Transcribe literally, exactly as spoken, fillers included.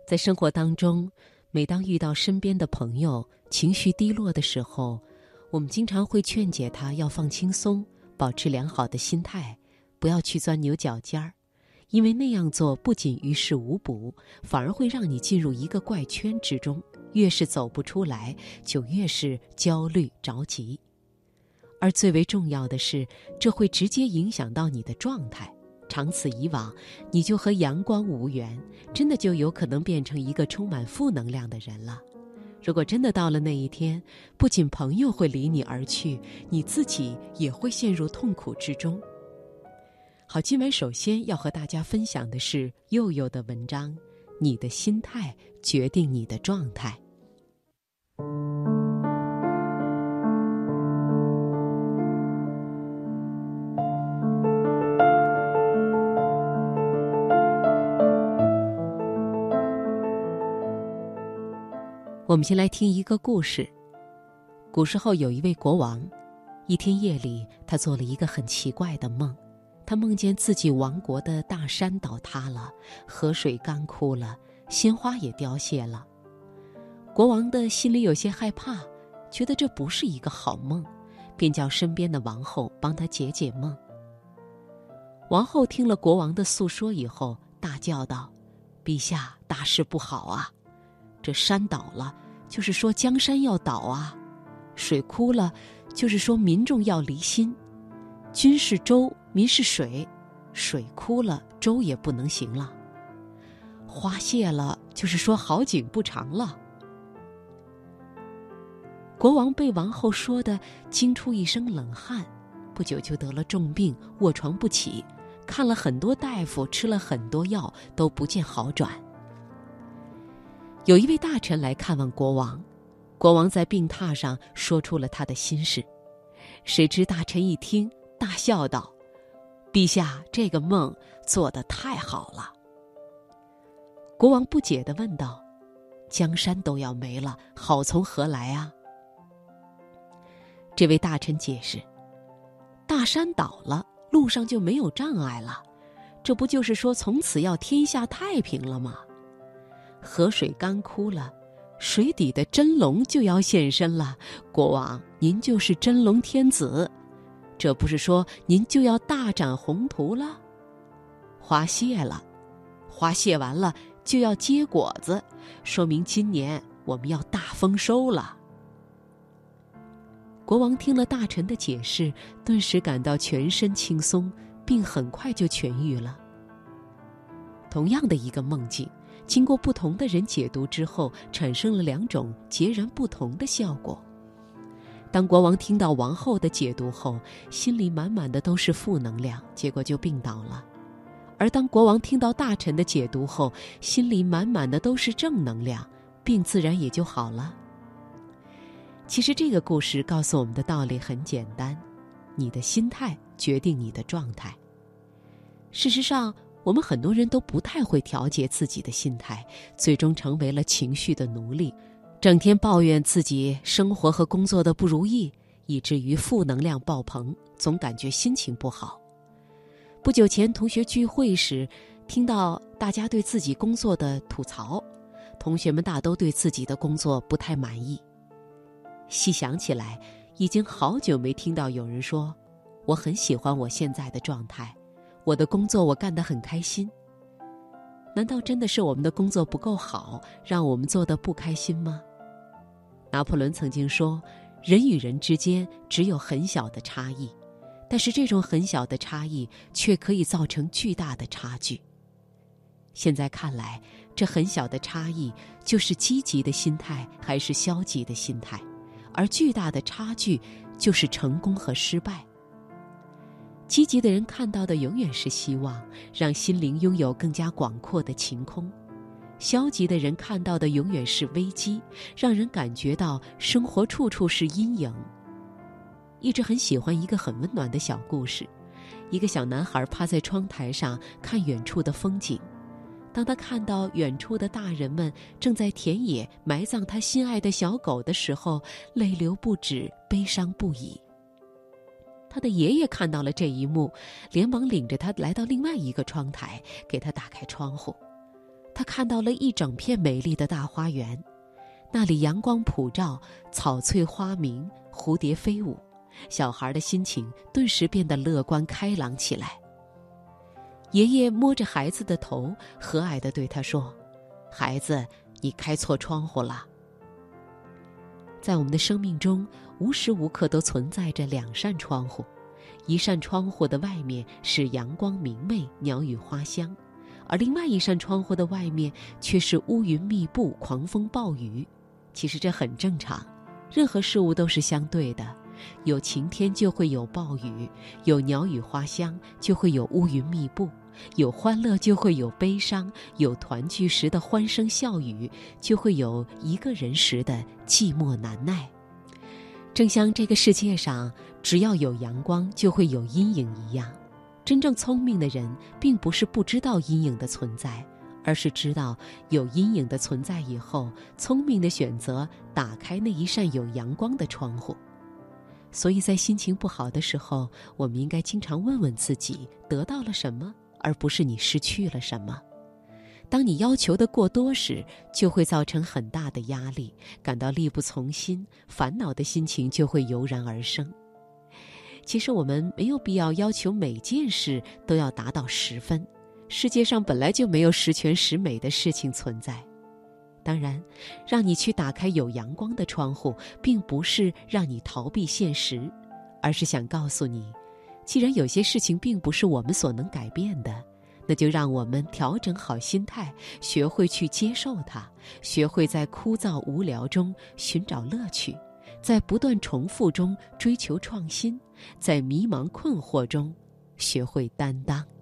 在生活当中，每当遇到身边的朋友情绪低落的时候，我们经常会劝解他要放轻松，保持良好的心态，不要去钻牛角尖儿，因为那样做不仅于事无补，反而会让你进入一个怪圈之中，越是走不出来，就越是焦虑着急。而最为重要的是，这会直接影响到你的状态，长此以往，你就和阳光无缘，真的就有可能变成一个充满负能量的人了。如果真的到了那一天，不仅朋友会离你而去，你自己也会陷入痛苦之中。好，今晚首先要和大家分享的是佑佑的文章，你的心态决定你的状态。我们先来听一个故事。古时候有一位国王，一天夜里，他做了一个很奇怪的梦。他梦见自己王国的大山倒塌了，河水干枯了，鲜花也凋谢了。国王的心里有些害怕，觉得这不是一个好梦，便叫身边的王后帮他解解梦。王后听了国王的诉说以后，大叫道：陛下，大事不好啊！这山倒了，就是说江山要倒啊；水枯了，就是说民众要离心。君是舟，民是水，水枯了，舟也不能行了。花谢了，就是说好景不长了。国王被王后说得惊出一身冷汗，不久就得了重病，卧床不起，看了很多大夫，吃了很多药，都不见好转。有一位大臣来看望国王，国王在病榻上说出了他的心事。谁知大臣一听，大笑道：陛下，这个梦做得太好了。国王不解地问道：江山都要没了，好从何来啊？这位大臣解释：大山倒了，路上就没有障碍了，这不就是说从此要天下太平了吗？河水干枯了，水底的真龙就要现身了，国王，您就是真龙天子，这不是说您就要大展宏图了？花谢了，花谢完了就要结果子，说明今年我们要大丰收了。国王听了大臣的解释，顿时感到全身轻松，病很快就痊愈了。同样的一个梦境，经过不同的人解读之后，产生了两种截然不同的效果。当国王听到王后的解读后，心里满满的都是负能量，结果就病倒了。而当国王听到大臣的解读后，心里满满的都是正能量，病自然也就好了。其实这个故事告诉我们的道理很简单，你的心态决定你的状态。事实上，我们很多人都不太会调节自己的心态，最终成为了情绪的奴隶，整天抱怨自己生活和工作的不如意，以至于负能量爆棚，总感觉心情不好。不久前同学聚会时，听到大家对自己工作的吐槽，同学们大都对自己的工作不太满意。细想起来，已经好久没听到有人说我很喜欢我现在的状态，我的工作我干得很开心。难道真的是我们的工作不够好，让我们做得不开心吗？拿破仑曾经说，人与人之间只有很小的差异，但是这种很小的差异却可以造成巨大的差距。现在看来，这很小的差异就是积极的心态还是消极的心态，而巨大的差距就是成功和失败。积极的人看到的永远是希望，让心灵拥有更加广阔的晴空；消极的人看到的永远是危机，让人感觉到生活处处是阴影。一直很喜欢一个很温暖的小故事，一个小男孩趴在窗台上看远处的风景，当他看到远处的大人们正在田野埋葬他心爱的小狗的时候，泪流不止，悲伤不已。他的爷爷看到了这一幕，连忙领着他来到另外一个窗台，给他打开窗户。 他看到了一整片美丽的大花园，那里阳光普照，草翠花明，蝴蝶飞舞，小孩的心情顿时变得乐观开朗起来。爷爷摸着孩子的头，和蔼地对他说：“孩子，你开错窗户了。”在我们的生命中，无时无刻都存在着两扇窗户，一扇窗户的外面是阳光明媚，鸟语花香，而另外一扇窗户的外面却是乌云密布，狂风暴雨。其实这很正常，任何事物都是相对的，有晴天就会有暴雨，有鸟语花香就会有乌云密布，有欢乐就会有悲伤，有团聚时的欢声笑语，就会有一个人时的寂寞难耐。正像这个世界上只要有阳光就会有阴影一样，真正聪明的人并不是不知道阴影的存在，而是知道有阴影的存在以后，聪明的选择打开那一扇有阳光的窗户。所以在心情不好的时候，我们应该经常问问自己得到了什么，而不是你失去了什么。当你要求的过多时，就会造成很大的压力，感到力不从心，烦恼的心情就会油然而生。其实我们没有必要要求每件事都要达到十分，世界上本来就没有十全十美的事情存在。当然，让你去打开有阳光的窗户，并不是让你逃避现实，而是想告诉你，既然有些事情并不是我们所能改变的，那就让我们调整好心态，学会去接受它，学会在枯燥无聊中寻找乐趣，在不断重复中追求创新，在迷茫困惑中学会担当。